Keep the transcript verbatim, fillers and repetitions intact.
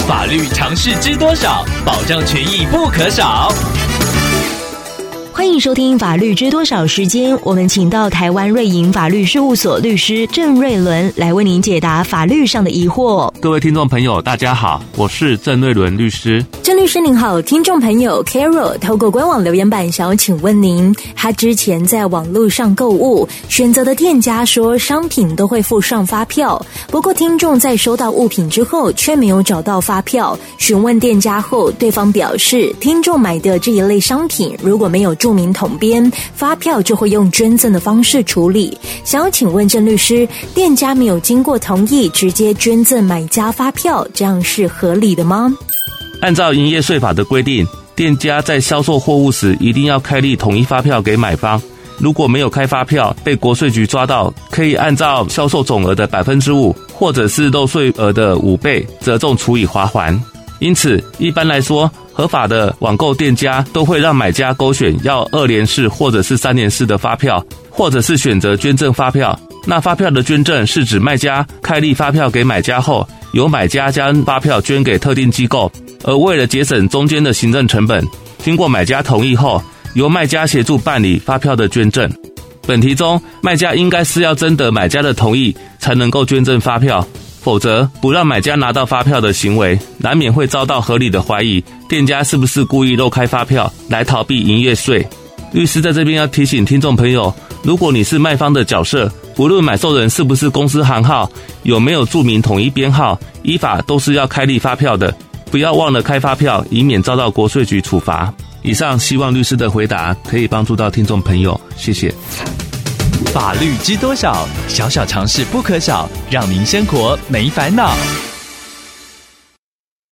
法律常识知多少，保障权益不可少。 欢迎收听法律知多少时间，我们请到台湾瑞银法律事务所律师郑瑞伦来为您解答法律上的疑惑。 各位听众朋友大家好，我是郑瑞伦律师。 郑律师您好，听众朋友 Carol 透过官网留言板想要请问您，他之前在网络上购物，选择的店家说商品都会附上发票，不过听众在收到物品之后却没有找到发票，询问店家后，对方表示听众买的这一类商品如果没有注明统编，发票就会用捐赠的方式处理。想要请问郑律师，店家没有经过同意直接捐赠买家发票，这样是合理的吗？ 按照营业税法的规定，店家在销售货物时一定要开立统一发票给买方，如果没有开发票被国税局抓到，可以按照销售总额的百分之五或者是漏税额的五倍折中处以罚锾。因此一般来说，合法的网购店家都会让买家勾选要二联式或者是三联式的发票，或者是选择捐赠发票。那发票的捐赠是指卖家开立发票给买家后，由买家将发票捐给特定机构，而为了节省中间的行政成本，经过买家同意后，由卖家协助办理发票的捐赠。本题中，卖家应该是要征得买家的同意才能够捐赠发票，否则不让买家拿到发票的行为，难免会遭到合理的怀疑，店家是不是故意漏开发票来逃避营业税。律师在这边要提醒听众朋友，如果你是卖方的角色，不论买受人是不是公司行号，有没有注明统一编号，依法都是要开立发票的，不要忘了开发票，以免遭到国税局处罚。以上希望律师的回答可以帮助到听众朋友，谢谢。 法律知多少，小小常识不可少，让您生活没烦恼。